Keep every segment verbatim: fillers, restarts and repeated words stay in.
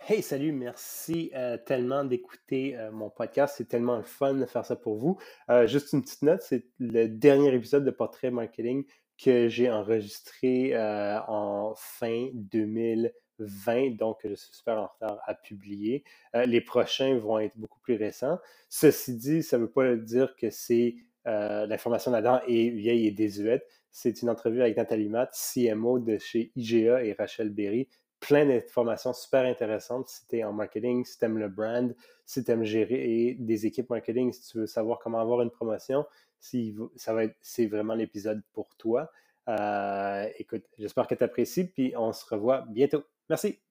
Hey, salut, merci euh, tellement d'écouter euh, mon podcast. C'est tellement le fun de faire ça pour vous. Euh, juste une petite note, c'est le dernier épisode de Portrait Marketing que j'ai enregistré euh, en fin deux mille vingt, donc je suis super en retard à publier. Euh, les prochains vont être beaucoup plus récents. Ceci dit, ça ne veut pas dire que c'est euh, l'information là-dedans est vieille et désuète. C'est une entrevue avec Nathalie Matt, C M O de chez I G A, et Rachel Berry. Plein d'informations super intéressantes si tu es en marketing, si tu aimes le brand, si tu aimes gérer des équipes marketing, si tu veux savoir comment avoir une promotion, si ça va être, c'est vraiment l'épisode pour toi. Euh, écoute, j'espère que tu apprécies, puis on se revoit bientôt. Merci!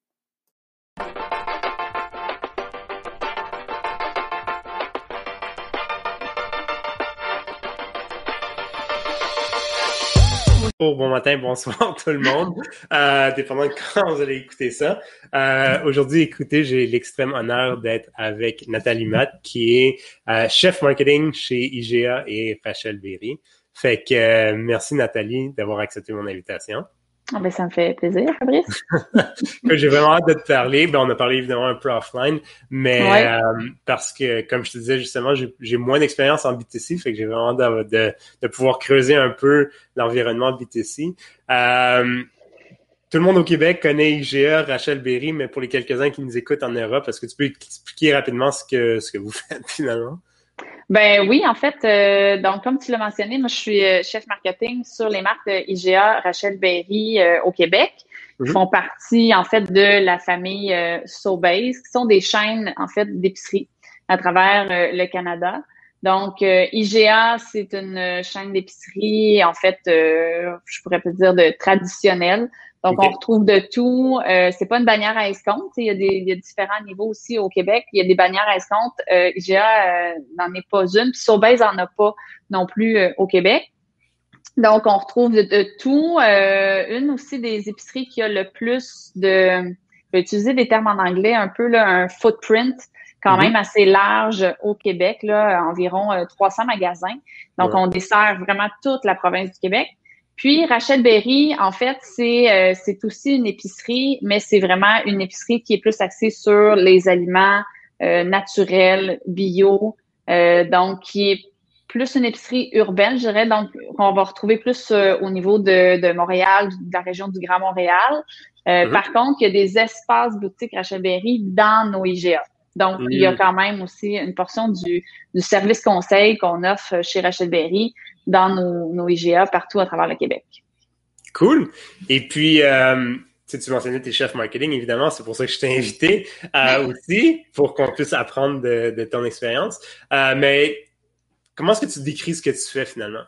Bon matin, bonsoir tout le monde, euh, dépendant de quand vous allez écouter ça. Euh, aujourd'hui, écoutez, j'ai l'extrême honneur d'être avec Nathalie Matt, qui est euh, chef marketing chez I G A et Rachel Berry. Fait que euh, merci Nathalie d'avoir accepté mon invitation. Oh ben, ça me fait plaisir, Fabrice. J'ai vraiment hâte de te parler. Ben, on a parlé évidemment un peu offline, mais ouais. euh, parce que, comme je te disais justement, j'ai, j'ai moins d'expérience en B deux C, fait que j'ai vraiment hâte de, de, de pouvoir creuser un peu l'environnement B deux C. Euh, tout le monde au Québec connaît I G A, Rachel Berry, mais pour les quelques-uns qui nous écoutent en Europe, est-ce que tu peux expliquer rapidement ce que, ce que vous faites finalement? Ben oui, en fait, euh, donc comme tu l'as mentionné, moi je suis euh, chef marketing sur les marques de I G A, Rachel Berry euh, au Québec, qui mm-hmm. font partie en fait de la famille euh, Sobeys, qui sont des chaînes en fait d'épicerie à travers euh, le Canada. Donc euh, I G A, c'est une chaîne d'épicerie en fait, euh, je pourrais peut dire de traditionnelle. Donc, okay. on retrouve de tout. Euh, c'est pas une bannière à escompte. Il y a des, il y a différents niveaux aussi au Québec. Il y a des bannières à escompte. Euh, I G A euh, n'en est pas une. Puis Sobeys en a pas non plus euh, au Québec. Donc, on retrouve de, de tout. Euh, une aussi des épiceries qui a le plus de, je vais utiliser des termes en anglais, un peu là, un footprint quand mm-hmm. même assez large au Québec, là, environ euh, trois cents magasins. Donc, ouais. on dessert vraiment toute la province du Québec. Puis, Rachel Berry, en fait, c'est euh, c'est aussi une épicerie, mais c'est vraiment une épicerie qui est plus axée sur les aliments euh, naturels, bio, euh, donc qui est plus une épicerie urbaine, je dirais, donc qu'on va retrouver plus euh, au niveau de, de Montréal, de la région du Grand Montréal. Euh, mm-hmm. Par contre, il y a des espaces boutiques Rachel Berry dans nos I G A. Donc, mm-hmm. il y a quand même aussi une portion du, du service conseil qu'on offre chez Rachel Berry dans nos, nos I G A partout à travers le Québec. Cool. Et puis, euh, tu sais, tu mentionnais tes chefs marketing, évidemment, c'est pour ça que je t'ai invité euh, aussi, pour qu'on puisse apprendre de, de ton expérience. Euh, mais comment est-ce que tu décris ce que tu fais finalement?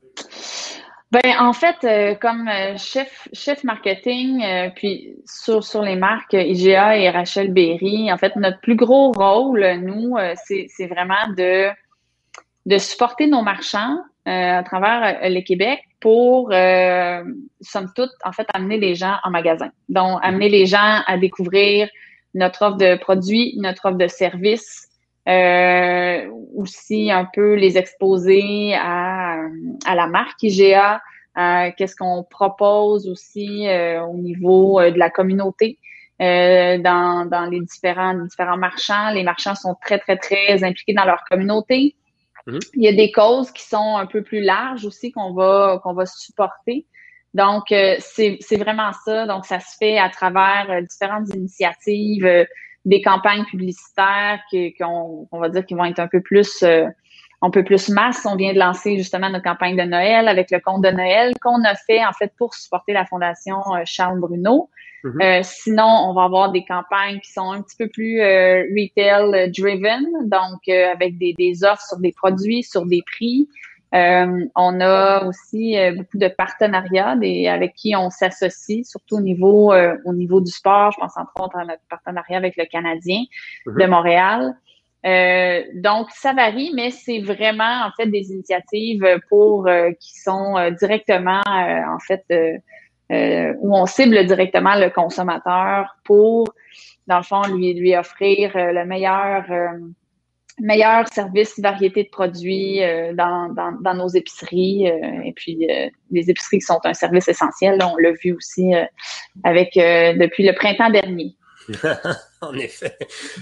Ben en fait, euh, comme euh, chef chef marketing, euh, puis sur sur les marques I G A et Rachel Berry, en fait, notre plus gros rôle, nous, euh, c'est c'est vraiment de de supporter nos marchands euh, à travers euh, le Québec pour, euh, somme toute, en fait, amener les gens en magasin. Donc, amener les gens à découvrir notre offre de produits, notre offre de services, euh, aussi un peu les exposer à, à la marque I G A, euh, qu'est-ce qu'on propose aussi euh, au niveau euh, de la communauté. Euh, dans, dans les différents, les différents marchands. Les marchands sont très, très, très impliqués dans leur communauté. Mmh. Il y a des causes qui sont un peu plus larges aussi qu'on va qu'on va supporter. Donc, euh, c'est, c'est vraiment ça. Donc, ça se fait à travers euh, différentes initiatives, euh, des campagnes publicitaires qui, qu'on, qu'on va dire qui vont être un peu plus euh, un peu plus masse. On vient de lancer justement notre campagne de Noël avec le conte de Noël qu'on a fait en fait pour supporter la Fondation euh, Charles Bruno. Mm-hmm. Euh, sinon, on va avoir des campagnes qui sont un petit peu plus euh, retail driven, donc euh, avec des, des offres sur des produits, sur des prix. Euh, on a aussi euh, beaucoup de partenariats des, avec qui on s'associe, surtout au niveau euh, au niveau du sport. Je pense entre autres à notre partenariat avec le Canadien mm-hmm. de Montréal. Euh, donc, ça varie, mais c'est vraiment en fait des initiatives pour euh, qui sont euh, directement euh, en fait euh, Euh, où on cible directement le consommateur pour, dans le fond, lui lui offrir euh, le meilleur euh, meilleur service, variété de produits euh, dans, dans dans nos épiceries. Euh, et puis, euh, les épiceries qui sont un service essentiel, là, on l'a vu aussi euh, avec euh, depuis le printemps dernier. En effet.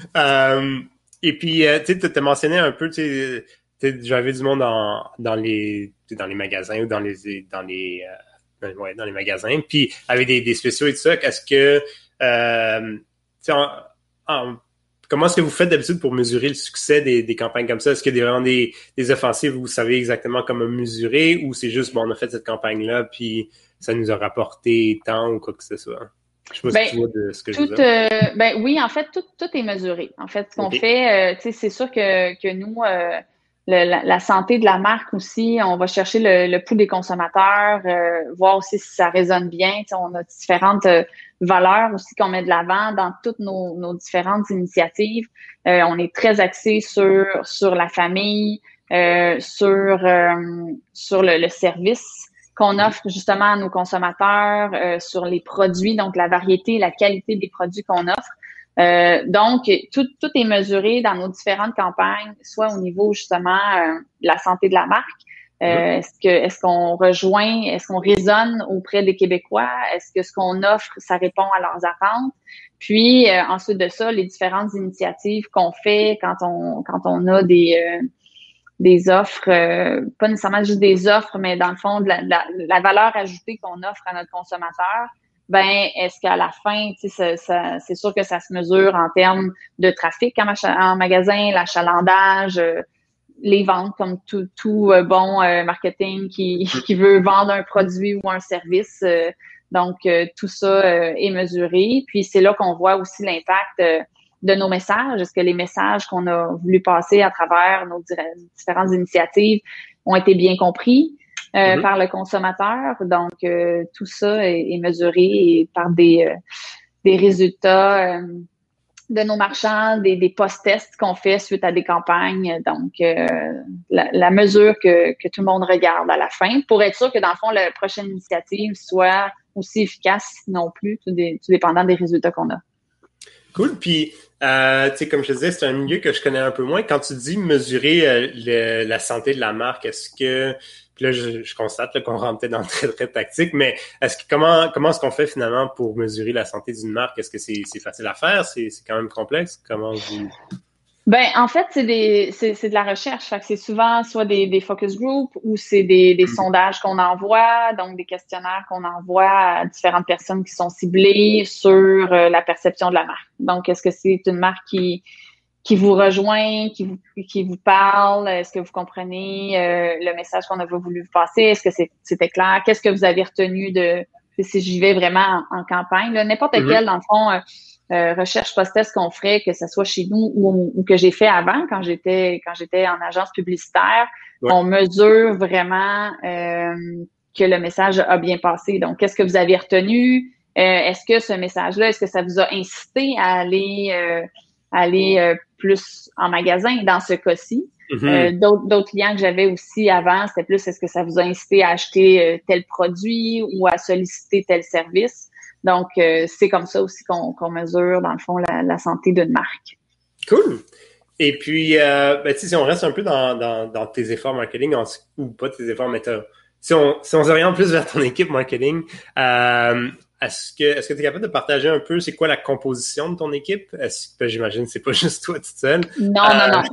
Euh, et puis, euh, tu sais, tu as mentionné un peu, tu sais, j'avais du monde dans, dans les dans les magasins ou dans les dans les euh, ouais, dans les magasins, puis avec des, des spéciaux et tout ça. Est-ce que euh, tu sais, en, en, comment est-ce que vous faites d'habitude pour mesurer le succès des, des campagnes comme ça? Est-ce qu'il y a vraiment des, des offensives où vous savez exactement comment mesurer, ou c'est juste bon, on a fait cette campagne-là, puis ça nous a rapporté tant ou quoi que ce soit? Je sais pas si Ben, tu vois de ce que je veux tout, dire. euh, ben oui, en fait, tout, tout est mesuré. En fait, ce qu'on OK. fait, euh, tu sais, c'est sûr que, que nous, euh, le- la, la santé de la marque aussi, on va chercher le, le pouls des consommateurs, euh, voir aussi si ça résonne bien. Tu sais, on a différentes euh, valeurs aussi qu'on met de l'avant dans toutes nos, nos différentes initiatives. Euh, on est très axé sur sur la famille, euh, sur euh, sur le, le service qu'on offre justement à nos consommateurs, euh, sur les produits, donc la variété, la qualité des produits qu'on offre. Euh, donc, tout, tout est mesuré dans nos différentes campagnes, soit au niveau justement euh, de la santé de la marque. Mhm. Euh, est-ce que est-ce qu'on rejoint, est-ce qu'on résonne auprès des Québécois? Est-ce que ce qu'on offre, ça répond à leurs attentes? Puis euh, ensuite de ça, les différentes initiatives qu'on fait quand on quand on a des euh, des offres, euh, pas nécessairement juste des offres, mais dans le fond, de la, la, la valeur ajoutée qu'on offre à notre consommateur, ben est-ce qu'à la fin, tu sais, ça, ça, c'est sûr que ça se mesure en termes de trafic en, en magasin, l'achalandage, euh, les ventes, comme tout, tout euh, bon euh, marketing qui, qui veut vendre un produit ou un service. Euh, donc, euh, tout ça euh, est mesuré. Puis, c'est là qu'on voit aussi l'impact euh, de nos messages. Est-ce que les messages qu'on a voulu passer à travers nos différentes initiatives ont été bien compris euh, Mhm. par le consommateur? Donc, euh, tout ça est, est mesuré et par des, euh, des résultats euh, de nos marchands, des, des post-tests qu'on fait suite à des campagnes. Donc, euh, la, la mesure que, que tout le monde regarde à la fin pour être sûr que, dans le fond, la prochaine initiative soit aussi efficace non plus, tout, des, tout dépendant des résultats qu'on a. Cool. Puis, euh, tu sais, comme je te disais, c'est un milieu que je connais un peu moins. Quand tu dis mesurer euh, le- la santé de la marque, est-ce que, puis là, je, je constate là, qu'on rentre peut-être dans le très, très tactique, mais est-ce que comment comment est-ce qu'on fait finalement pour mesurer la santé d'une marque? Est-ce que c'est c'est facile à faire? C'est c'est quand même complexe? Comment vous... Ben, en fait, c'est des, c'est, c'est de la recherche. Fait que c'est souvent soit des, des focus groups ou c'est des, des sondages qu'on envoie, donc des questionnaires qu'on envoie à différentes personnes qui sont ciblées sur euh, la perception de la marque. Donc, est-ce que c'est une marque qui, qui vous rejoint, qui vous, qui vous parle? Est-ce que vous comprenez euh, le message qu'on a voulu vous passer? Est-ce que c'est, c'était clair? Qu'est-ce que vous avez retenu de, si j'y vais vraiment en, en campagne, là, n'importe Mhm. quel, dans le fond, euh, euh, recherche post-test qu'on ferait, que ce soit chez nous ou, ou que j'ai fait avant quand j'étais quand j'étais en agence publicitaire, Ouais. on mesure vraiment euh, que le message a bien passé. Donc, qu'est-ce que vous avez retenu? Euh, est-ce que ce message-là, est-ce que ça vous a incité à aller euh, aller euh, plus en magasin dans ce cas-ci? Euh, Mhm. d'autres, d'autres clients que j'avais aussi avant, c'était plus est-ce que ça vous a incité à acheter euh, tel produit ou à solliciter tel service? Donc, euh, c'est comme ça aussi qu'on qu'on mesure, dans le fond, la, la santé d'une marque. Cool. Et puis, euh, ben, tu sais, si on reste un peu dans, dans, dans tes efforts marketing, en- ou pas tes efforts, mais t'as- si on, si on s'oriente plus vers ton équipe marketing, euh, est-ce que est-ce que tu es capable de partager un peu c'est quoi la composition de ton équipe? Est-ce que j'imagine que c'est pas juste toi toute seule. Non, non, Euh, non.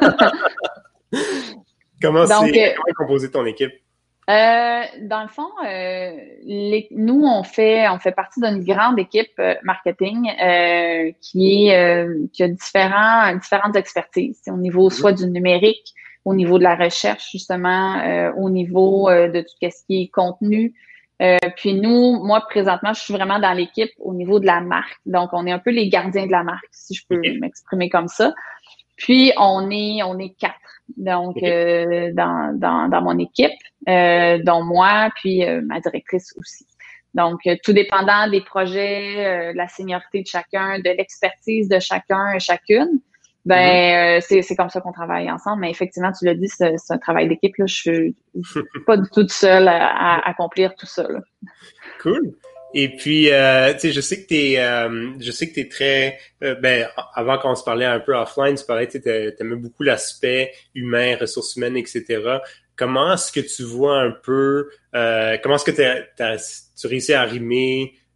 comment c'est Donc, euh, comment est composée ton équipe? Euh, dans le fond, euh, les, nous, on fait, on fait partie d'une grande équipe euh, marketing euh, qui est euh, qui a différents, différentes expertises au niveau Mhm. soit du numérique, au niveau de la recherche, justement, euh, au niveau euh, de tout ce qui est contenu. Euh, puis nous, moi, présentement, je suis vraiment dans l'équipe au niveau de la marque. Donc, on est un peu les gardiens de la marque, si je peux OK. m'exprimer comme ça. Puis on est on est quatre donc OK. euh, dans, dans dans mon équipe, euh, dont moi puis euh, ma directrice aussi. Donc euh, tout dépendant des projets, euh, de la seniorité de chacun, de l'expertise de chacun et chacune, Mhm. ben euh, c'est c'est comme ça qu'on travaille ensemble. Mais effectivement, tu l'as dit, c'est, c'est un travail d'équipe là. Je suis pas du tout seule à, à accomplir tout ça là. Cool. Et puis, euh, tu sais, je sais que t'es, euh, je sais que t'es très, euh, ben, avant qu'on se parlait un peu offline, tu parlais, tu sais, t'aimais beaucoup l'aspect humain, ressources humaines, et cetera. Comment est-ce que tu vois un peu, euh, comment est-ce que t'as, t'as, tu réussis à arrimer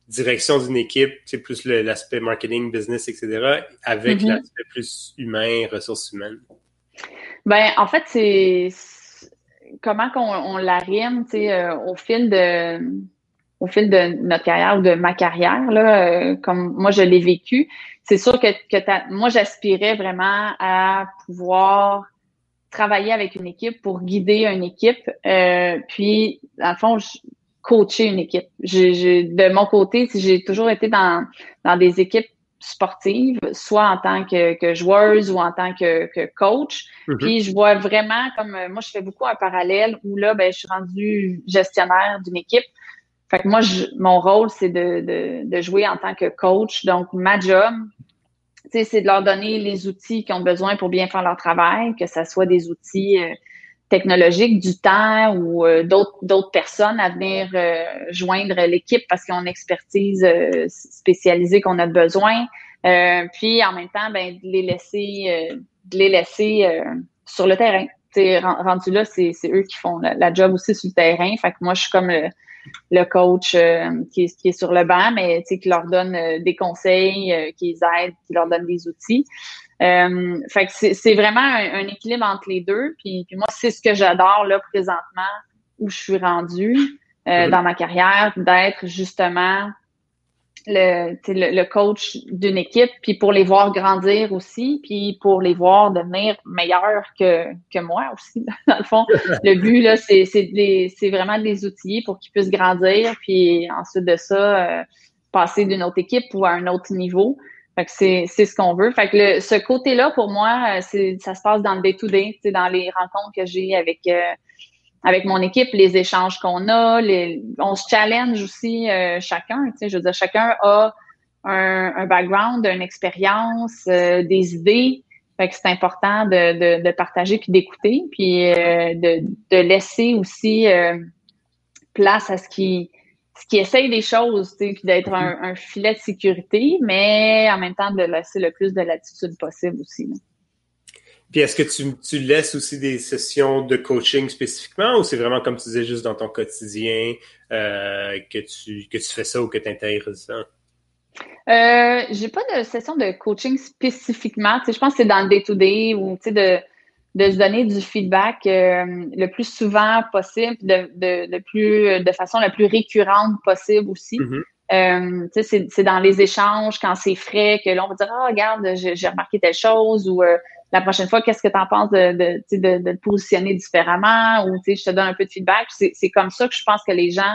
direction d'une équipe, c'est plus le, l'aspect marketing, business, et cetera, avec mm-hmm. l'aspect plus humain, ressources humaines? Ben, en fait, c'est, c'est comment qu'on on l'arrime, tu sais, euh, au fil de au fil de notre carrière ou de ma carrière, là, euh, comme moi je l'ai vécu. C'est sûr que, que t'as, moi j'aspirais vraiment à pouvoir travailler avec une équipe pour guider une équipe, euh, puis dans le fond, je, coacher une équipe. J'ai, j'ai, de mon côté, j'ai toujours été dans, dans des équipes sportives, soit en tant que, que joueuse ou en tant que, que coach. Mm-hmm. Puis je vois vraiment comme, moi je fais beaucoup un parallèle où là, ben je suis rendue gestionnaire d'une équipe. Fait que moi, je, mon rôle, c'est de, de, de jouer en tant que coach. Donc, ma job, c'est de leur donner les outils qu'ils ont besoin pour bien faire leur travail, que ce soit des outils euh, technologiques, du temps ou euh, d'autres, d'autres personnes à venir euh, joindre l'équipe parce qu'ils ont une expertise euh, spécialisée qu'on a besoin. Euh, puis, en même temps, ben, de les laisser, euh, de les laisser euh, sur le terrain. T'sais, rendu là, c'est, c'est eux qui font la, la job aussi sur le terrain. Fait que moi, je suis comme le, le coach euh, qui, est, qui est sur le banc, mais qui leur donne euh, des conseils, euh, qui les aide, qui leur donne des outils. Euh, fait que c'est, c'est vraiment un, un équilibre entre les deux. Puis, puis moi, c'est ce que j'adore là présentement, où je suis rendue euh, mm-hmm. dans ma carrière, d'être justement le, le, le coach d'une équipe, puis pour les voir grandir aussi, puis pour les voir devenir meilleurs que, que moi aussi. Dans le fond, le but, là, c'est, c'est, de les, c'est vraiment de les outiller pour qu'ils puissent grandir, puis ensuite de ça, euh, passer d'une autre équipe ou à un autre niveau. Fait que c'est, c'est ce qu'on veut. Fait que le, ce côté-là, pour moi, c'est, ça se passe dans le day-to-day, dans les rencontres que j'ai avec... Euh, avec mon équipe, les échanges qu'on a, les, on se challenge aussi euh, chacun. Tu sais, je veux dire, chacun a un, un background, une expérience, euh, des idées. Fait que c'est important de, de, de partager puis d'écouter, puis euh, de, de laisser aussi euh, place à ce qui ce qui essaye des choses, tu sais, puis d'être un, un filet de sécurité, mais en même temps de laisser le plus de latitude possible aussi. Là. Puis est-ce que tu, tu laisses aussi des sessions de coaching spécifiquement ou c'est vraiment comme tu disais juste dans ton quotidien euh, que tu que tu fais ça ou que tu intègres ça? Euh, j'ai pas de session de coaching spécifiquement. Tu sais, je pense que c'est dans le day-to-day ou tu sais de de se donner du feedback euh, le plus souvent possible, de, de, de plus de façon la plus récurrente possible aussi. Mm-hmm. Euh, tu sais, c'est, c'est dans les échanges, quand c'est frais, que là, on va dire, ah, oh, regarde, j'ai, j'ai remarqué telle chose, ou euh, la prochaine fois, qu'est-ce que tu en penses de, de, de, de te positionner différemment, ou tu sais, je te donne un peu de feedback. C'est, c'est comme ça que je pense que les gens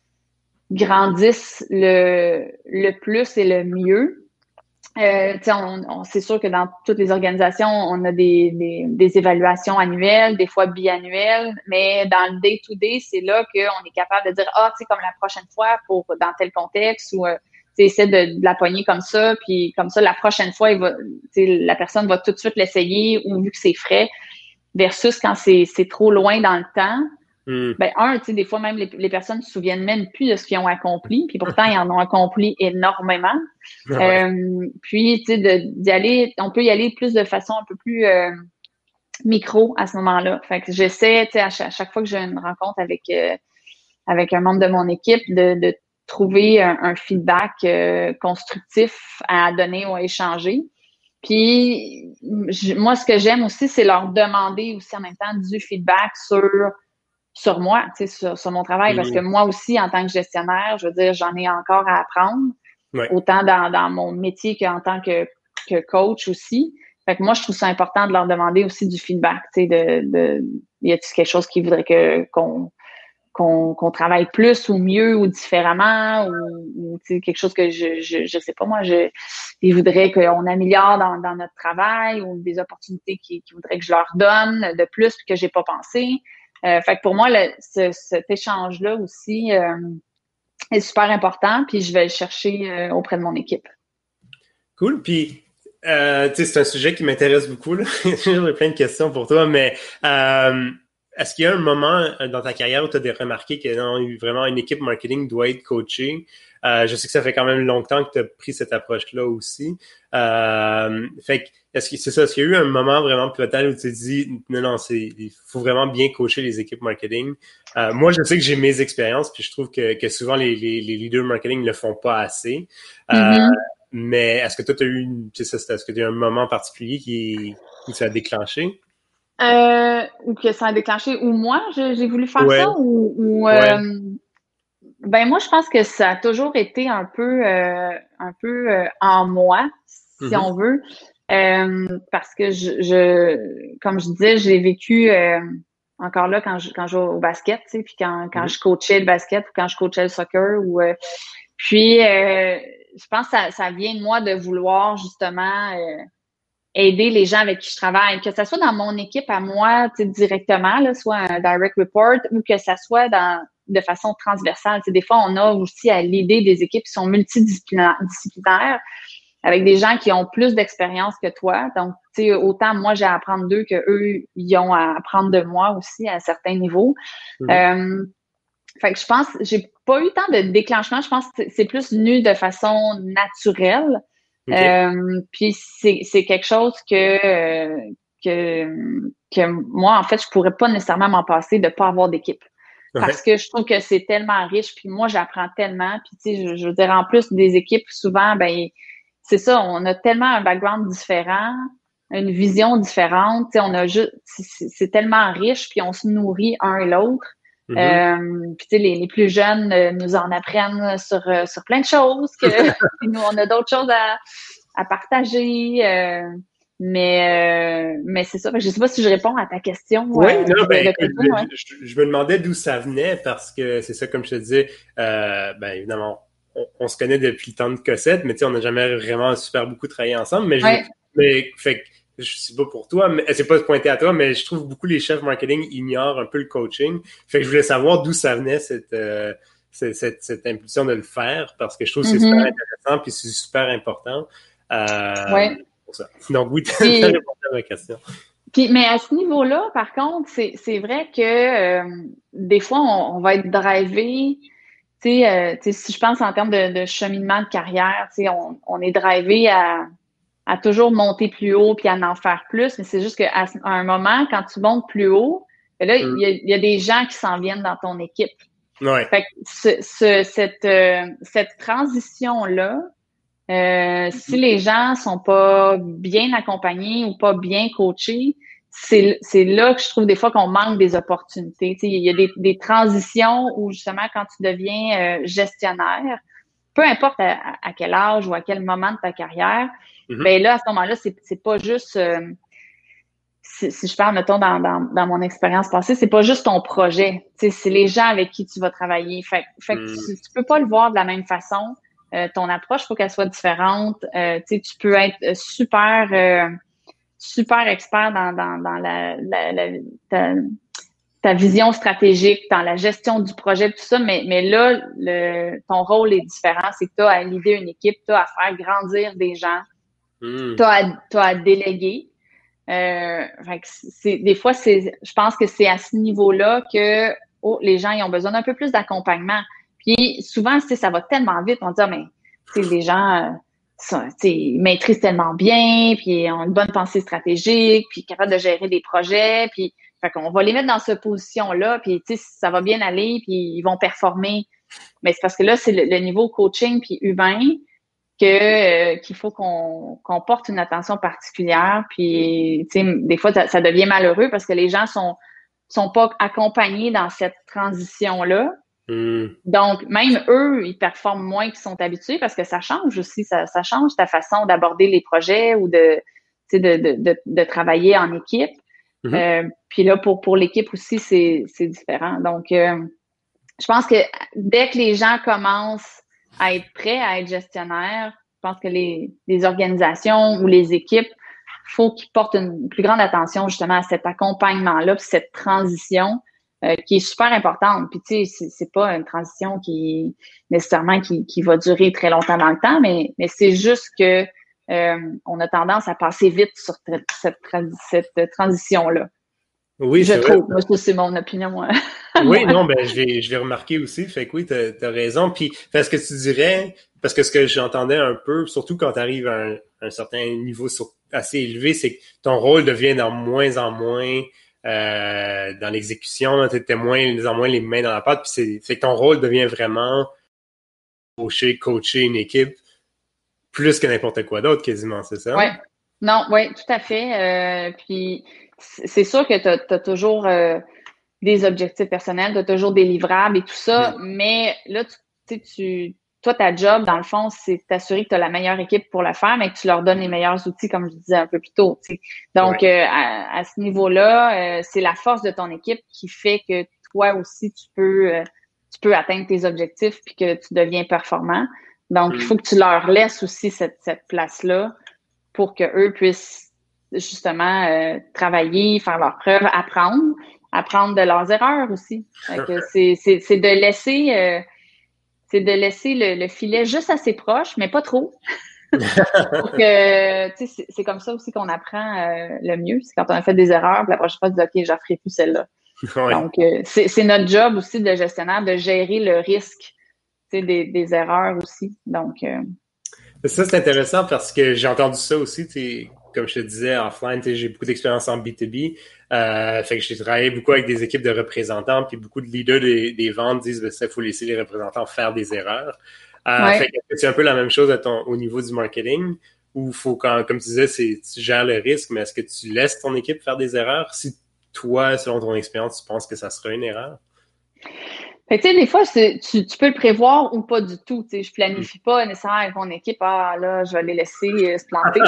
grandissent le, le plus et le mieux. Euh, on, on, c'est sûr que dans toutes les organisations, on a des, des, des évaluations annuelles, des fois biannuelles, mais dans le day-to-day, c'est là qu'on est capable de dire, ah, tu sais, comme la prochaine fois, pour dans tel contexte, ou euh, tu essaies de, de la pogner comme ça, puis comme ça, la prochaine fois, il va, la personne va tout de suite l'essayer, ou vu que c'est frais, versus quand c'est, c'est trop loin dans le temps. Mm. Ben, un, tu sais, des fois, même les, les personnes ne se souviennent même plus de ce qu'ils ont accompli, puis pourtant, ils en ont accompli énormément. Ouais. Euh, puis, tu sais, de, d'y aller, on peut y aller plus de façon un peu plus euh, micro à ce moment-là. Fait que j'essaie, tu sais, à chaque, à chaque fois que j'ai une rencontre avec euh, avec un membre de mon équipe, de, de trouver un, un feedback euh, constructif à donner ou à échanger. Puis, je, moi, ce que j'aime aussi, c'est leur demander aussi en même temps du feedback sur sur moi, tu sais, sur, sur mon travail, mmh. parce que moi aussi, en tant que gestionnaire, je veux dire, j'en ai encore à apprendre, ouais. autant dans, dans mon métier qu'en tant que, que coach aussi. Fait que moi, je trouve ça important de leur demander aussi du feedback, tu sais, de, de, y a-t-il quelque chose qu'ils voudraient que, qu'on, qu'on, qu'on travaille plus ou mieux ou différemment ou, ou tu sais, quelque chose que je, je, je sais pas, moi, je, ils voudraient qu'on améliore dans, dans notre travail ou des opportunités qu'ils, qu'ils voudraient que je leur donne de plus que j'ai pas pensé. Euh, fait que pour moi, le, ce, cet échange-là aussi euh, est super important, puis je vais le chercher euh, auprès de mon équipe. Cool. Puis, euh, tu sais, c'est un sujet qui m'intéresse beaucoup, là. J'ai plein de questions pour toi, mais euh, est-ce qu'il y a un moment dans ta carrière où tu as remarqué que non, vraiment une équipe marketing doit être coachée? Euh, je sais que ça fait quand même longtemps que tu as pris cette approche-là aussi. Euh, fait que, est-ce que c'est ça? Est-ce qu'il y a eu un moment vraiment pivotal où tu t'es dit non, non, c'est, il faut vraiment bien coacher les équipes marketing? Euh, moi, je sais que j'ai mes expériences, puis je trouve que, que souvent les, les, les leaders marketing ne le font pas assez. Euh, Mm-hmm. mais est-ce que toi, tu as eu une, tu sais, est-ce que tu as eu un moment particulier qui, où ça a déclenché? Euh, ou que ça a déclenché, ou moi, je- j'ai voulu faire ça, Ouais, ou, ou ouais. euh, ben moi, je pense que ça a toujours été un peu, euh, un peu euh, en moi, si Mhm, on veut, Euh, parce que je, je, comme je disais, j'ai vécu euh, encore là quand je quand je jouais au basket, tu sais, puis quand quand mhm, je coachais le basket ou quand je coachais le soccer, ou euh, puis euh, je pense que ça, ça vient de moi de vouloir justement euh, aider les gens avec qui je travaille, que ce soit dans mon équipe à moi, tu sais, directement, là, soit un direct report, ou que ça soit dans de façon transversale. Tu sais, des fois, on a aussi à l'idée des équipes qui sont multidisciplinaires, disciplinaires, avec des gens qui ont plus d'expérience que toi. Donc, tu sais, autant moi, j'ai à apprendre d'eux que eux, ils ont à apprendre de moi aussi à certains niveaux. mhm. Euh, fait que je pense, j'ai pas eu tant de déclenchement. Je pense que c'est plus venu de façon naturelle. OK. Euh, puis c'est, c'est quelque chose que, euh, que, que moi, en fait, je pourrais pas nécessairement m'en passer de pas avoir d'équipe. Parce Ouais. que je trouve que c'est tellement riche, puis moi, j'apprends tellement. Puis, tu sais, je, je veux dire, en plus des équipes, souvent, ben, c'est ça, on a tellement un background différent, une vision différente. Tu sais, on a juste, c'est, c'est tellement riche, puis on se nourrit un et l'autre. Mhm. Euh, puis tu sais, les, les plus jeunes euh, nous en apprennent sur, euh, sur plein de choses, que puis nous, on a d'autres choses à, à partager. Euh, mais euh, mais c'est ça. Fait que je sais pas si je réponds à ta question Oui, euh, non, de, ben de écoute, coaching, ouais. je, je- je me demandais d'où ça venait parce que c'est ça, comme je te disais, euh, ben évidemment, on, on se connaît depuis le temps de Cossette, mais tu sais, on n'a jamais vraiment super beaucoup travaillé ensemble. Mais je, Ouais. mais fait que je sais pas pour toi, mais c'est pas pointé à toi, mais je trouve beaucoup les chefs marketing ignorent un peu le coaching. Fait que je voulais savoir d'où ça venait cette, euh, cette, cette, cette impulsion de le faire parce que je trouve que c'est super Mhm. intéressant puis c'est super important. Euh, Ouais. pour ça. Donc oui, t'as t'as Puis, répondu à ma question. puis, mais à ce niveau-là, par contre, c'est, c'est vrai que euh, des fois, on, on va être drivé. Tu sais, euh, tu sais, si je pense en termes de, de cheminement de carrière, tu sais, on, on est drivé à, à toujours monter plus haut puis à en faire plus. Mais c'est juste qu'à à un moment, quand tu montes plus haut, ben là, il Mm. y a, il y a des gens qui s'en viennent dans ton équipe. Ouais. Fait que ce, ce- cette, euh, cette transition-là, euh, si les gens sont pas bien accompagnés ou pas bien coachés, c'est, c'est là que je trouve des fois qu'on manque des opportunités. Tu sais, il y a des, des transitions où justement quand tu deviens euh, gestionnaire, peu importe à, à quel âge ou à quel moment de ta carrière, Mhm. ben là, à ce moment-là, c'est, c'est pas juste euh, si, si je parle, mettons, dans, dans, dans mon expérience passée, c'est pas juste ton projet. Tu sais, c'est les gens avec qui tu vas travailler. Fait, fait que Mm. tu, tu peux pas le voir de la même façon. Euh, ton approche, faut qu'elle soit différente. Euh, tu sais, tu peux être super, euh, super expert dans, dans, dans la, la, la ta, ta vision stratégique, dans la gestion du projet, tout ça, mais, mais là, le, ton rôle est différent. C'est que tu as à l'idée une équipe, tu as à faire grandir des gens, tu Mm. as à, t'as à déléguer. Euh, fait que c'est, des fois, c'est, je pense que c'est à ce niveau-là que oh, les gens ils ont besoin d'un peu plus d'accompagnement. Puis souvent, tu sais, ça va tellement vite, on dit, ah, mais tu sais, les gens euh, sont, tu sais, ils maîtrisent tellement bien, puis ils ont une bonne pensée stratégique, puis capables de gérer des projets, puis fait qu'on va les mettre dans cette position-là, puis tu sais, ça va bien aller, puis ils vont performer. Mais c'est parce que là, c'est le, le niveau coaching puis humain que euh, qu'il faut qu'on qu'on porte une attention particulière. Puis, tu sais, des fois, ça, ça devient malheureux parce que les gens sont sont pas accompagnés dans cette transition-là. Mm. Donc, même eux, ils performent moins qu'ils sont habitués parce que ça change aussi, ça, ça change ta façon d'aborder les projets ou de, tu sais, de, de, de, de travailler en équipe. Mhm. Euh, puis là, pour, pour l'équipe aussi, c'est, c'est différent. Donc, euh, je pense que dès que les gens commencent à être prêts à être gestionnaires, je pense que les, les organisations ou les équipes, faut qu'ils portent une plus grande attention justement à cet accompagnement-là, puis cette transition euh, qui est super importante. Puis tu sais, c'est, c'est pas une transition qui nécessairement qui, qui va durer très longtemps dans le temps, mais, mais c'est juste que euh, on a tendance à passer vite sur cette, cette transition-là. Oui, Je c'est vrai. trouve. Moi, ça, c'est mon opinion, euh, à Oui, moi. non, ben je l'ai je l'ai remarqué aussi. Fait que oui, t'as, t'as raison. Puis parce que tu dirais, parce que ce que j'entendais un peu, surtout quand tu arrives à un, un certain niveau sur- assez élevé, c'est que ton rôle devient de moins en moins euh, dans l'exécution. Tu étais moins, de moins en moins les mains dans la pâte. Puis c'est, c'est que ton rôle devient vraiment coacher, coacher une équipe plus que n'importe quoi d'autre, quasiment, c'est ça? Ouais. Non, oui, tout à fait. Euh, puis c- c'est sûr que tu as toujours euh, des objectifs personnels, tu as toujours des livrables et tout ça, Mhm. mais là, tu tu sais, tu toi, ta job, dans le fond, c'est t'assurer que tu as la meilleure équipe pour le faire, mais que tu leur donnes les meilleurs outils, comme je disais un peu plus tôt. Tu sais. Ouais. Donc, euh, à, à ce niveau-là, euh, c'est la force de ton équipe qui fait que toi aussi, tu peux, euh, tu peux atteindre tes objectifs puis que tu deviens performant. Donc, il Mhm. faut que tu leur laisses aussi cette, cette place-là pour que eux puissent justement euh, travailler, faire leurs preuves, apprendre, apprendre de leurs erreurs aussi. Fait que c'est, c'est, c'est de laisser euh, c'est de laisser le, le filet juste assez proche, mais pas trop. Pour que, tu sais, c'est, c'est comme ça aussi qu'on apprend euh, le mieux. C'est quand on a fait des erreurs, puis la prochaine fois, tu dis, OK, je ne referai plus celle-là. Ouais. Donc, euh, c'est, c'est notre job aussi de gestionnaire de gérer le risque, tu sais, des, des erreurs aussi. Donc, euh, Ça, c'est intéressant parce que j'ai entendu ça aussi, tu sais, comme je te disais, offline, tu sais, j'ai beaucoup d'expérience en B deux B. Euh, fait que j'ai travaillé beaucoup avec des équipes de représentants, puis beaucoup de leaders des, des ventes disent que ça, il faut laisser les représentants faire des erreurs. Euh, fait ouais. que c'est un peu la même chose à ton, au niveau du marketing, où faut quand, comme tu disais, c'est, tu gères le risque, mais est-ce que tu laisses ton équipe faire des erreurs si toi, selon ton expérience, tu penses que ça sera une erreur? Fait que, tu sais, des fois, c'est- tu, tu peux le prévoir ou pas du tout. Tu sais, je Mm. planifie pas nécessairement avec mon équipe, ah là, je vais les laisser euh, se planter.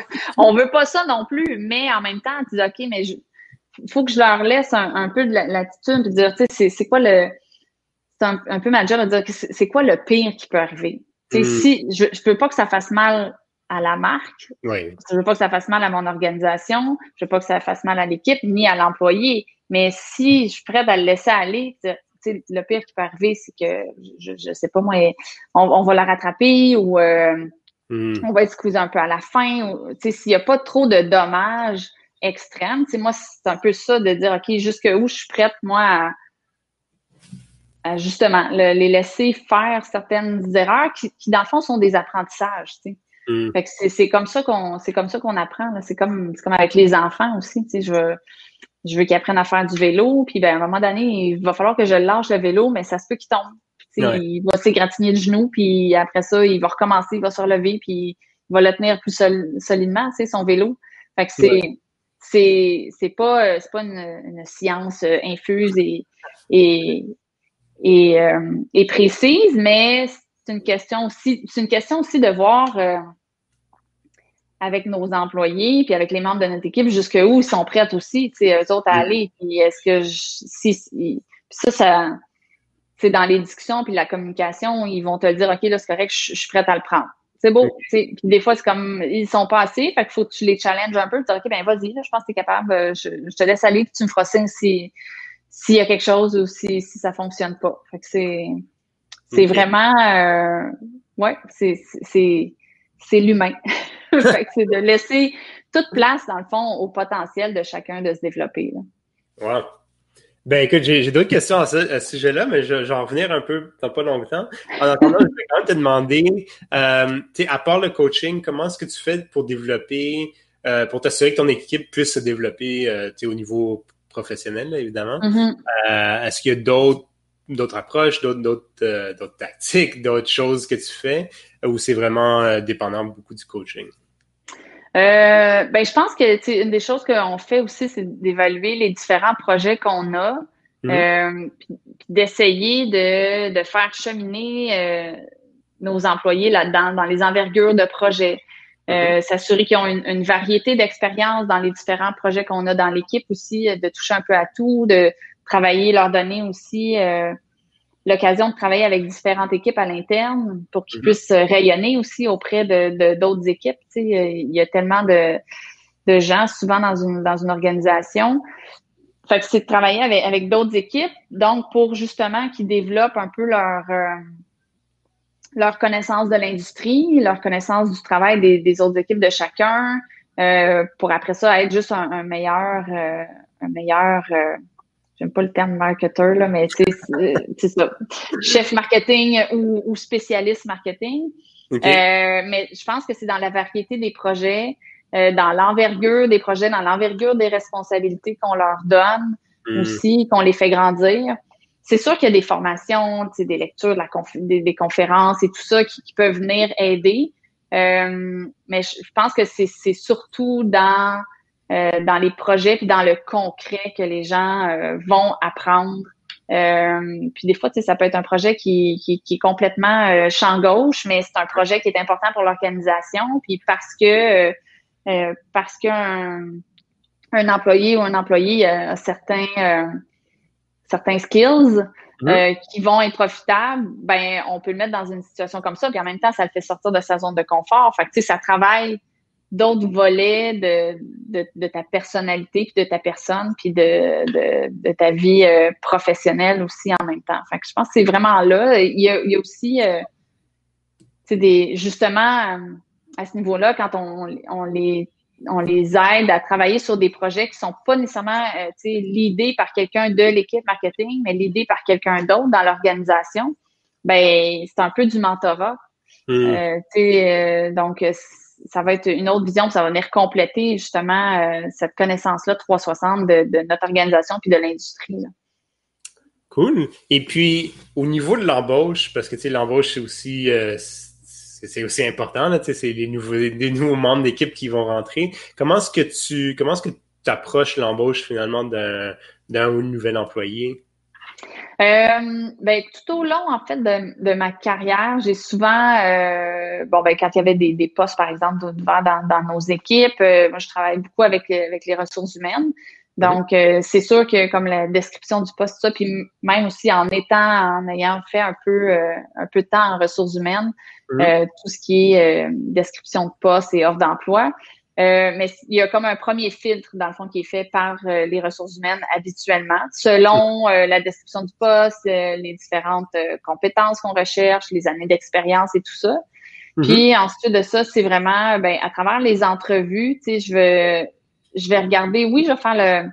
On veut pas ça non plus, mais en même temps, tu dis, OK, mais il faut que je leur laisse un, un peu de la- l'attitude puis dire, tu sais, c'est c'est quoi le. C'est un, un peu ma job de dire que c'est c'est quoi le pire qui peut arriver. Tu sais, Mm. si je, je veux pas que ça fasse mal à la marque, Oui. je veux pas que ça fasse mal à mon organisation, je veux pas que ça fasse mal à l'équipe ni à l'employé. Mais si je suis prête à le laisser aller, tu sais, le pire qui peut arriver, c'est que je, je sais pas moi, on, on va la rattraper ou euh, Mm. on va être squeezé un peu à la fin. Ou, tu sais, s'il y a pas trop de dommages extrêmes, tu sais, moi c'est un peu ça de dire ok, jusque où je suis prête moi à, à justement le- les laisser faire certaines erreurs qui, qui dans le fond sont des apprentissages. Tu sais. Mm. Fait que c'est, c'est comme ça qu'on c'est comme ça qu'on apprend. Là. C'est comme c'est comme avec les enfants aussi. Tu sais, je veux je veux qu'ils apprennent à faire du vélo, puis ben à un moment donné, il va falloir que je lâche le vélo, mais ça se peut qu'il tombe. Puis, tu sais, Ouais. il va s'égratigner le genou, puis après ça, il va recommencer, il va se relever, puis il va le tenir plus sol- solidement, tu sais, son vélo. Fait que Ouais. c'est c'est c'est pas euh, c'est pas une, une science euh, infuse et et et, euh, et précise, mais c'est une question aussi c'est une question aussi de voir euh, avec nos employés, puis avec les membres de notre équipe, jusqu'où ils sont prêts aussi, tu sais, eux autres à Mm. aller. Puis est-ce que je, si, si puis ça, ça, c'est dans les discussions puis la communication, ils vont te le dire, OK, là, c'est correct, je, je suis prête à le prendre. C'est beau, tu sais. Puis des fois, c'est comme, ils sont pas assez, fait qu'il faut que tu les challenges un peu, tu dis, OK, ben vas-y, là, je pense que tu es capable, euh, je, je te laisse aller, puis tu me feras signe si, s'il y a quelque chose ou si, si ça fonctionne pas. Fait que c'est, c'est OK. vraiment, euh, ouais, c'est, c'est, c'est l'humain. Fait que c'est de laisser toute place, dans le fond, au potentiel de chacun de se développer. Là. Wow. Ben écoute, j'ai j'ai d'autres questions à ce, à ce sujet-là, mais je, je vais en revenir un peu dans pas longtemps. En attendant, je vais quand même te demander, euh, tu sais, à part le coaching, comment est-ce que tu fais pour développer, euh, pour t'assurer que ton équipe puisse se développer, euh, tu sais, au niveau professionnel, là, évidemment. Mm-hmm. Euh, est-ce qu'il y a d'autres d'autres approches, d'autres d'autres euh, d'autres tactiques, d'autres choses que tu fais, ou c'est vraiment euh, dépendant beaucoup du coaching? Euh, ben, je pense que tu sais, une des choses qu'on fait aussi, c'est d'évaluer les différents projets qu'on a, Mhm. euh, puis, puis d'essayer de, de faire cheminer euh, nos employés là-dedans, dans les envergures de projets. Mhm. Euh, s'assurer qu'ils ont une, une variété d'expériences dans les différents projets qu'on a dans l'équipe aussi, euh, de toucher un peu à tout, de travailler, leur donner aussi euh, l'occasion de travailler avec différentes équipes à l'interne pour qu'ils Mhm. puissent rayonner aussi auprès de, de d'autres équipes. Tu sais, il y a tellement de, de gens souvent dans une dans une organisation. Fait que c'est de travailler avec, avec d'autres équipes, donc pour justement qu'ils développent un peu leur euh, leur connaissance de l'industrie, leur connaissance du travail des, des autres équipes de chacun, euh, pour après ça être juste un, un meilleur euh, un meilleur, euh, j'aime pas le terme marketeur, là, mais c'est, c'est ça, chef marketing ou, ou spécialiste marketing. Okay. Euh, mais je pense que c'est dans la variété des projets, euh, dans l'envergure des projets, dans l'envergure des responsabilités qu'on leur donne mm. aussi, qu'on les fait grandir. C'est sûr qu'il y a des formations, des lectures, de la conf- des, des conférences et tout ça qui, qui peuvent venir aider. Euh, mais je, je pense que c'est, c'est surtout dans euh, dans les projets puis dans le concret que les gens euh, vont apprendre. Euh, puis des fois, tu sais, ça peut être un projet qui, qui, qui est complètement euh, champ gauche, mais c'est un projet qui est important pour l'organisation. Puis parce que euh, parce qu'un un employé ou un employé a certains euh, certains skills mmh. euh, qui vont être profitables, ben on peut le mettre dans une situation comme ça. Puis en même temps, ça le fait sortir de sa zone de confort. Fait que tu sais, ça travaille d'autres volets de, de, de ta personnalité, puis de ta personne, puis de, de, de ta vie euh, professionnelle aussi en même temps. Fait que je pense que c'est vraiment là. Il y a, il y a aussi euh, des, justement, à ce niveau-là, quand on, on les on les aide à travailler sur des projets qui sont pas nécessairement euh, l'idée par quelqu'un de l'équipe marketing, mais l'idée par quelqu'un d'autre dans l'organisation, ben c'est un peu du mentorat. Mmh. Euh, euh, donc, ça va être une autre vision, ça va venir compléter justement euh, cette connaissance-là trois cent soixante de, de notre organisation puis de l'industrie. Là. Cool. Et puis, au niveau de l'embauche, parce que tu sais, l'embauche, c'est aussi euh, c'est, c'est aussi important, là, tu sais, c'est les nouveaux, les nouveaux membres d'équipe qui vont rentrer. Comment est-ce que tu comment est-ce que tu approches l'embauche finalement d'un, d'un nouvel employé? Euh, ben, tout au long, en fait, de, de ma carrière, j'ai souvent, euh, bon, ben, quand il y avait des, des postes, par exemple, d'ouvert dans, dans nos équipes, euh, moi, je travaille beaucoup avec, avec les ressources humaines. Donc, euh, c'est sûr que comme la description du poste, ça, puis même aussi en étant, en ayant fait un peu, euh, un peu de temps en ressources humaines, mmh. euh, tout ce qui est euh, description de poste et offre d'emploi. Euh, mais il y a comme un premier filtre, dans le fond, qui est fait par euh, les ressources humaines habituellement, selon euh, la description du poste, euh, les différentes euh, compétences qu'on recherche, les années d'expérience et tout ça. Mm-hmm. Puis ensuite de ça, c'est vraiment, ben, à travers les entrevues, tu sais, je vais, je vais regarder, oui, je vais faire le,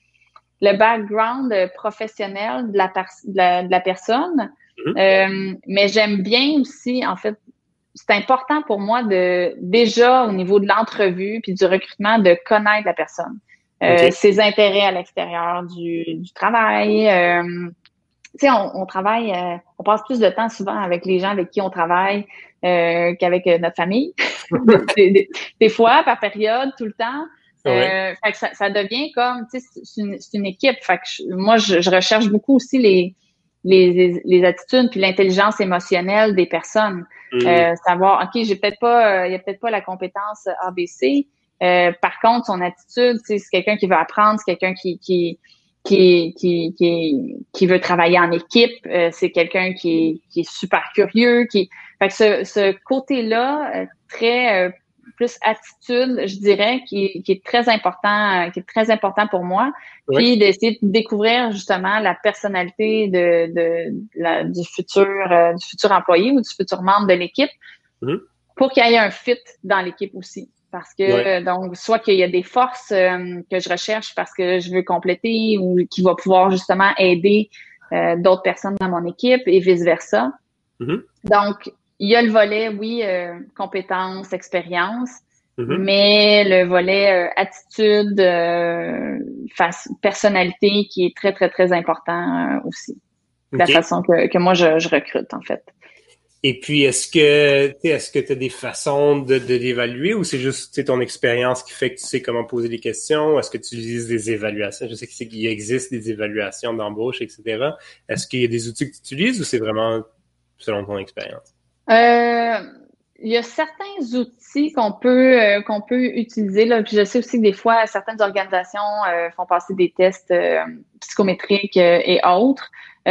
le background professionnel de la, pers- de la, de la personne, mm-hmm. euh, mais j'aime bien aussi, en fait, c'est important pour moi de, déjà au niveau de l'entrevue puis du recrutement, de connaître la personne, euh, okay. ses intérêts à l'extérieur du, du travail. Euh, tu sais, on, on travaille, euh, on passe plus de temps souvent avec les gens avec qui on travaille euh, qu'avec notre famille. des, des, des fois, par période, tout le temps. Ouais. Euh, fait que ça, ça devient comme, tu sais, c'est une, c'est une équipe. Fait que je, moi, je, je recherche beaucoup aussi les Les, les, les attitudes puis l'intelligence émotionnelle des personnes. Mmh. Euh, savoir, OK, j'ai peut-être pas, il euh, y a peut-être pas la compétence A B C. Euh, par contre, son attitude, c'est quelqu'un qui veut apprendre, c'est quelqu'un qui qui qui qui qui, qui veut travailler en équipe. Euh, c'est quelqu'un qui est qui est super curieux. Qui, fait que ce, ce côté-là, euh, très euh, plus attitude, je dirais, qui, qui est très important, qui est très important pour moi. Oui. Puis d'essayer de découvrir justement la personnalité de, de, de la, du futur euh, du futur employé ou du futur membre de l'équipe mm-hmm. pour qu'il y ait un fit dans l'équipe aussi. Parce que ouais. donc soit qu'il y a des forces euh, que je recherche parce que je veux compléter ou qui va pouvoir justement aider euh, d'autres personnes dans mon équipe et vice versa. Mm-hmm. Donc il y a le volet, oui, euh, compétences, expérience, mm-hmm. mais le volet euh, attitude, euh, face, personnalité qui est très, très, très important euh, aussi. Okay. La façon que, que moi, je, je recrute, en fait. Et puis, est-ce que est-ce que tu as des façons de, de l'évaluer ou c'est juste ton expérience qui fait que tu sais comment poser des questions? Est-ce que tu utilises des évaluations? Je sais qu'il existe des évaluations d'embauche, et cetera. Est-ce qu'il y a des outils que tu utilises ou c'est vraiment selon ton expérience? Euh, il y a certains outils qu'on peut euh, qu'on peut utiliser là. Puis je sais aussi que des fois certaines organisations euh, font passer des tests euh, psychométriques euh, et autres.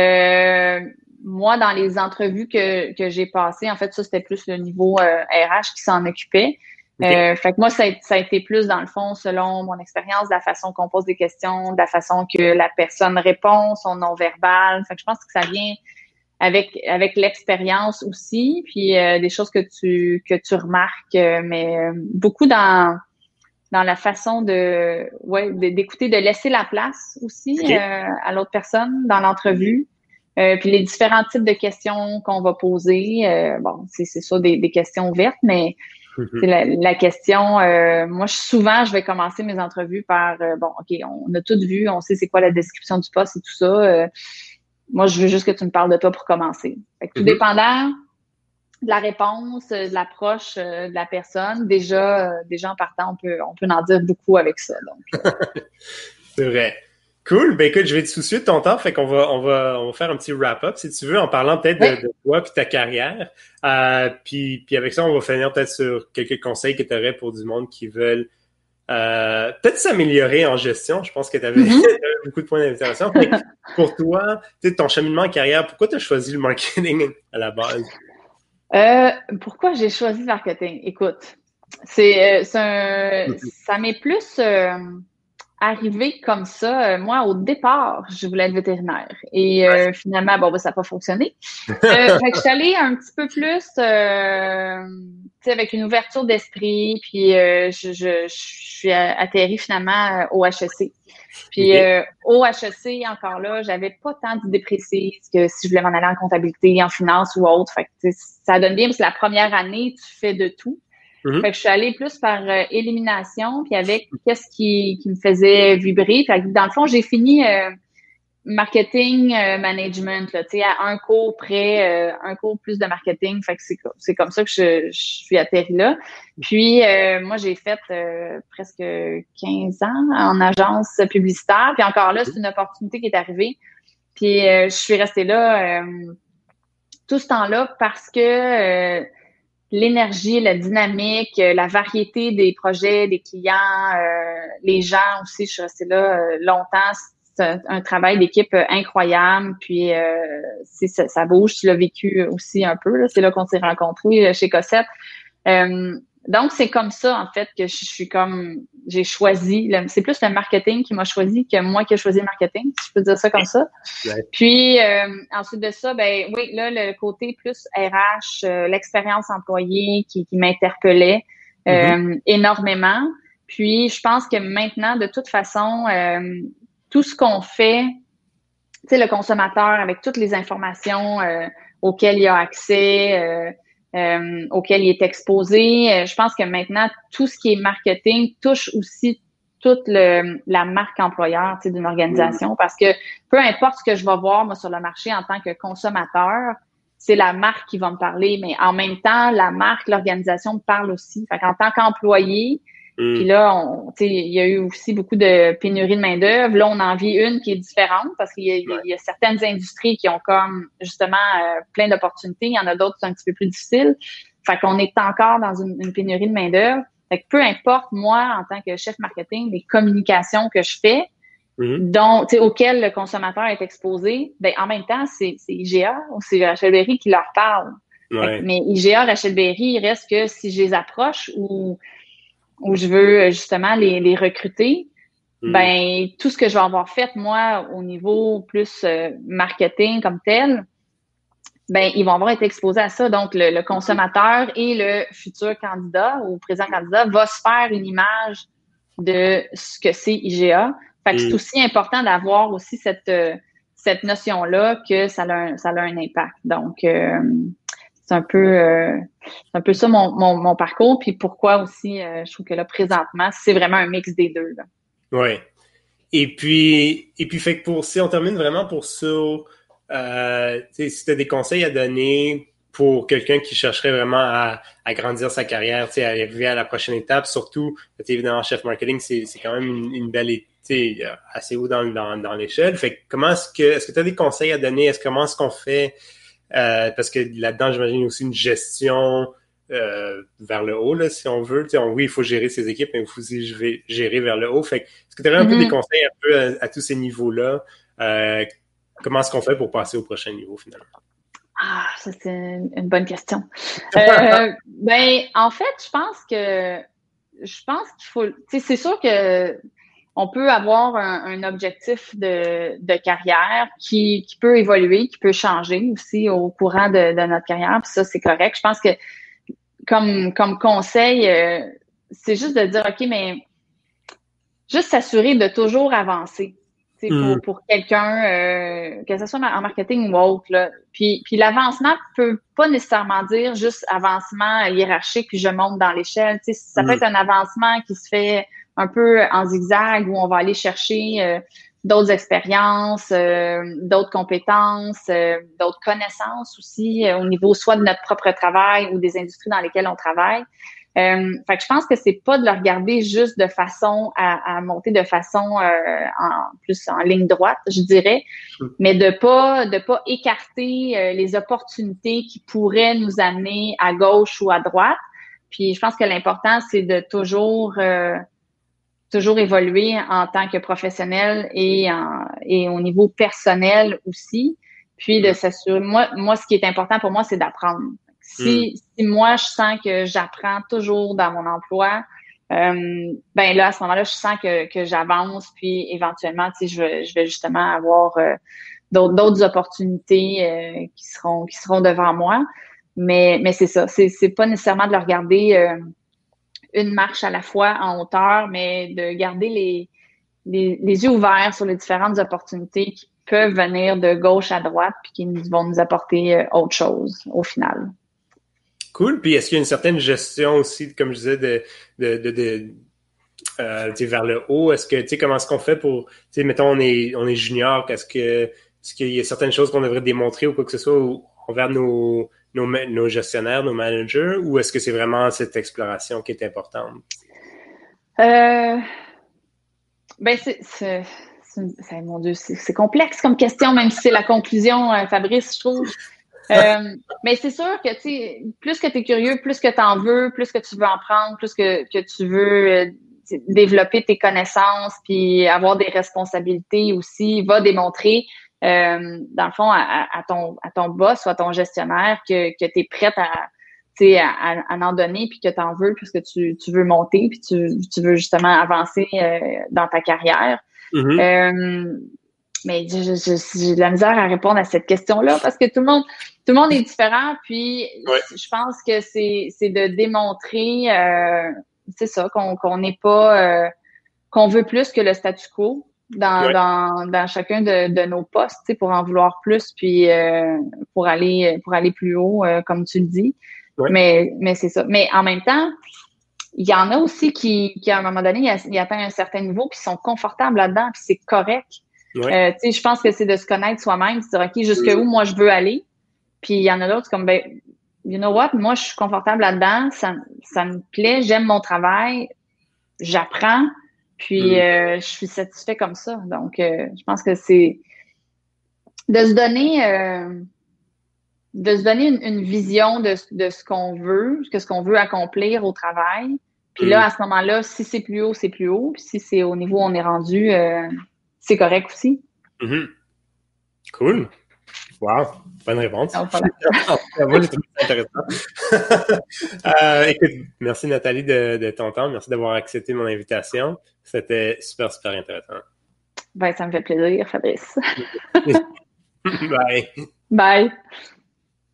Euh, moi, dans les entrevues que que j'ai passées, en fait, ça c'était plus le niveau euh, R H qui s'en occupait. Okay. Euh, fait que moi, ça a, ça a été plus dans le fond, selon mon expérience, de la façon qu'on pose des questions, de la façon que la personne répond, son non-verbal. Fait que je pense que ça vient avec avec l'expérience aussi, puis euh, des choses que tu que tu remarques, euh, mais euh, beaucoup dans dans la façon de, ouais, de- d'écouter, de laisser la place aussi OK. euh, à l'autre personne dans l'entrevue. Euh, puis les différents types de questions qu'on va poser, euh, bon, c'est c'est ça des, des questions ouvertes, mais c'est Mhm. la, la question. Euh, moi, je, souvent, je vais commencer mes entrevues par euh, bon, ok, on a tout vu, on sait c'est quoi la description du poste et tout ça. Euh, moi, je veux juste que tu me parles de toi pour commencer. Fait que tout Mhm. dépendant de la réponse, euh, de l'approche euh, de la personne, déjà, euh, déjà en partant, on peut, on peut en dire beaucoup avec ça. Donc, euh, C'est vrai. Cool. Ben écoute, je vais être soucieux de ton temps, fait qu'on va, on va, on va faire un petit wrap-up, si tu veux, en parlant peut-être oui. de, de toi puis ta carrière. Euh, puis, puis avec ça, on va finir peut-être sur quelques conseils que tu aurais pour du monde qui veulent euh, peut-être s'améliorer en gestion. Je pense que tu avais Mm-hmm. beaucoup de points d'invitation. Fait que pour toi, tu sais, ton cheminement en carrière, pourquoi tu as choisi le marketing à la base? Euh, pourquoi j'ai choisi le marketing? Écoute, c'est, euh, c'est un, ça m'est plus euh, arrivé comme ça. Euh, Moi, au départ, je voulais être vétérinaire. Et euh, finalement, bon, ben, ça n'a pas fonctionné. Euh, fait que je suis allée un petit peu plus euh, tu sais, avec une ouverture d'esprit, puis euh, je, je, je suis atterrie finalement euh, au H E C. Puis OK. euh, au H E C, encore là, j'avais pas tant d'idées précises que si je voulais m'en aller en comptabilité, en finance ou autre. Fait que tu sais, ça donne bien parce que la première année, tu fais de tout. Fait Mhm. que je suis allée plus par euh, élimination, puis avec qu'est-ce qui, qui me faisait vibrer. Fait que dans le fond, j'ai fini euh, marketing euh, management, là, tu sais, à un cours près, euh, un cours plus de marketing. Fait que c'est, c'est comme ça que je, je suis atterrie là. Puis, euh, moi, j'ai fait euh, presque quinze ans en agence publicitaire. Puis encore là, c'est une opportunité qui est arrivée. Puis, euh, je suis restée là euh, tout ce temps-là parce que euh, l'énergie, la dynamique, euh, la variété des projets, des clients, euh, les gens aussi, je suis restée là euh, longtemps. C'est un, un travail d'équipe euh, incroyable. Puis euh, c'est, ça, ça bouge. Tu l'as vécu aussi un peu. Là. C'est là qu'on s'est rencontrés euh, chez Cossette. Euh, donc, c'est comme ça, en fait, que je suis comme, j'ai choisi, le- c'est plus le marketing qui m'a choisi que moi qui ai choisi le marketing, si je peux dire ça comme ça. Ouais. Puis, euh, ensuite de ça, ben oui, là, le côté plus R H, euh, l'expérience employée qui, qui m'interpellait Mhm. euh, énormément. Puis, je pense que maintenant, de toute façon, euh, tout ce qu'on fait, tu sais, le consommateur avec toutes les informations euh, auxquelles il a accès, euh, euh, auxquelles il est exposé. Euh, je pense que maintenant, tout ce qui est marketing touche aussi toute le, la marque employeur, tu sais, d'une Mhm. organisation, parce que peu importe ce que je vais voir moi sur le marché en tant que consommateur, c'est la marque qui va me parler, mais en même temps, la marque, l'organisation me parle aussi. Fait qu'en tant qu'employé, puis Mhm. là, on, tu sais, il y a eu aussi beaucoup de pénurie de main-d'œuvre. Là, on en vit une qui est différente parce qu'il y a, il Ouais. y a certaines industries qui ont comme justement euh, plein d'opportunités. Il y en a d'autres qui sont un petit peu plus difficiles. Fait qu'on est encore dans une, une pénurie de main-d'œuvre. Fait que peu importe, moi, en tant que chef marketing, les communications que je fais, Mhm. dont, tu sais, auxquelles le consommateur est exposé, ben en même temps, c'est, c'est I G A ou c'est Rachel Berry qui leur parle. Fait que, Ouais. mais I G A, Rachel Berry, il reste que si je les approche ou où je veux euh, justement les, les recruter, Mhm. ben tout ce que je vais avoir fait moi au niveau plus euh, marketing comme tel, ben ils vont avoir été exposés à ça. Donc le, le consommateur et le futur candidat ou présent candidat va se faire une image de ce que c'est I G A. Fait que c'est Mhm. aussi important d'avoir aussi cette euh, cette notion-là que ça a un, ça a un impact. Donc euh, c'est un peu euh, c'est un peu ça mon, mon, mon parcours. Puis pourquoi aussi euh, je trouve que là, présentement, c'est vraiment un mix des deux. Là. Ouais. Et puis, et puis, fait que pour, si on termine vraiment pour ça, euh, tu sais, si tu as des conseils à donner pour quelqu'un qui chercherait vraiment à, à grandir sa carrière, tu sais, à arriver à la prochaine étape, surtout, tu sais, évidemment, chef marketing, c'est, c'est quand même une, une belle, tu sais, euh, assez haut dans, dans, dans l'échelle. Fait que comment est-ce que, est-ce que tu as des conseils à donner? Est-ce comment est-ce qu'on fait? Euh, parce que là-dedans, j'imagine aussi une gestion euh, vers le haut, là, si on veut. Tu sais, on- oui, il faut gérer ses équipes, mais il faut aussi gérer, gérer vers le haut. Fait que, est-ce que tu aurais un peu des Mm-hmm. conseils un peu à, à tous ces niveaux-là? Euh, comment est-ce qu'on fait pour passer au prochain niveau, finalement? Ah, ça, c'est une, une bonne question. Euh, ben, en fait, je pense que je pense qu'il faut. Tu sais, c'est sûr que on peut avoir un, un objectif de, de carrière qui, qui peut évoluer, qui peut changer aussi au courant de, de notre carrière. Puis ça, c'est correct. Je pense que comme comme conseil, euh, c'est juste de dire, OK, mais juste s'assurer de toujours avancer. Pour, Mm. pour quelqu'un, euh, que ce soit en marketing ou autre. Là. Puis, puis l'avancement peut pas nécessairement dire juste avancement hiérarchique, puis je monte dans l'échelle. Tu sais, ça peut Mm. être un avancement qui se fait un peu en zigzag, où on va aller chercher euh, d'autres expériences, euh, d'autres compétences, euh, d'autres connaissances aussi euh, au niveau soit de notre propre travail ou des industries dans lesquelles on travaille. Euh, fait que je pense que c'est pas de le regarder juste de façon à, à monter de façon euh, en plus en ligne droite, je dirais, mais de pas de pas écarter euh, les opportunités qui pourraient nous amener à gauche ou à droite. Puis je pense que l'important c'est de toujours euh, toujours évoluer en tant que professionnel et en, et au niveau personnel aussi. Puis de s'assurer, moi moi ce qui est important pour moi c'est d'apprendre. Si, si moi, je sens que j'apprends toujours dans mon emploi, euh, ben là, à ce moment-là, je sens que, que j'avance, puis éventuellement, tu sais, je vais, je vais justement avoir euh, d'autres, d'autres opportunités euh, qui seront qui seront devant moi. Mais, mais c'est ça, c'est, c'est pas nécessairement de le regarder euh, une marche à la fois en hauteur, mais de garder les, les, les yeux ouverts sur les différentes opportunités qui peuvent venir de gauche à droite, puis qui nous, vont nous apporter euh, autre chose au final. Cool. Puis est-ce qu'il y a une certaine gestion aussi, comme je disais, de, de, de, de euh, vers le haut? Est-ce que, tu sais, comment est-ce qu'on fait pour, tu sais, mettons, on est, on est junior, est-ce que, est-ce qu'il y a certaines choses qu'on devrait démontrer ou quoi que ce soit ou, envers nos, nos, nos gestionnaires, nos managers, ou est-ce que c'est vraiment cette exploration qui est importante? Euh, ben, c'est, c'est, c'est, c'est mon Dieu, c'est, c'est complexe comme question, même si c'est la conclusion, euh, Fabrice, je trouve. Euh, mais c'est sûr que, tu sais, plus que tu es curieux, plus que tu en veux, plus que tu veux en prendre, plus que, que tu veux euh, développer tes connaissances, puis avoir des responsabilités aussi, va démontrer, euh, dans le fond, à, à, ton, à ton boss ou à ton gestionnaire que, que tu es prête à, à, à, à en donner, puis que tu en veux, puisque tu, tu veux monter, puis tu, tu veux justement avancer euh, dans ta carrière. Mm-hmm. Euh, mais je, je, j'ai de la misère à répondre à cette question-là parce que tout le monde, tout le monde est différent. Puis, Ouais. je pense que c'est, c'est de démontrer, euh, c'est ça, qu'on, qu'on n'est pas, euh, qu'on veut plus que le statu quo dans, Ouais. dans, dans chacun de, de nos postes, tu sais, pour en vouloir plus, puis euh, pour aller, pour aller plus haut, euh, comme tu le dis. Ouais. Mais, mais c'est ça. Mais en même temps, il y en a aussi qui, qui à un moment donné, ils atteignent un certain niveau, puis sont confortables là-dedans, puis c'est correct. Ouais. Euh, tu sais, je pense que c'est de se connaître soi-même, de se dire, OK, jusqu'où moi je veux aller. Puis il y en a d'autres comme, ben, you know what, moi je suis confortable là-dedans, ça, ça me plaît, j'aime mon travail, j'apprends, puis euh, je suis satisfait comme ça. Donc, euh, je pense que c'est de se donner, euh, de se donner une, une vision de, de ce qu'on veut, que ce qu'on veut accomplir au travail. Puis là, à ce moment-là, si c'est plus haut, c'est plus haut. Puis si c'est au niveau où on est rendu, euh, c'est correct aussi. Mm-hmm. Cool. Wow. Bonne réponse. Donc, voilà. Moi, j'ai trouvé ça intéressant. euh, écoute, merci Nathalie de, de ton temps. Merci d'avoir accepté mon invitation. C'était super, super intéressant. Ben, ça me fait plaisir, Fabrice. Bye. Bye.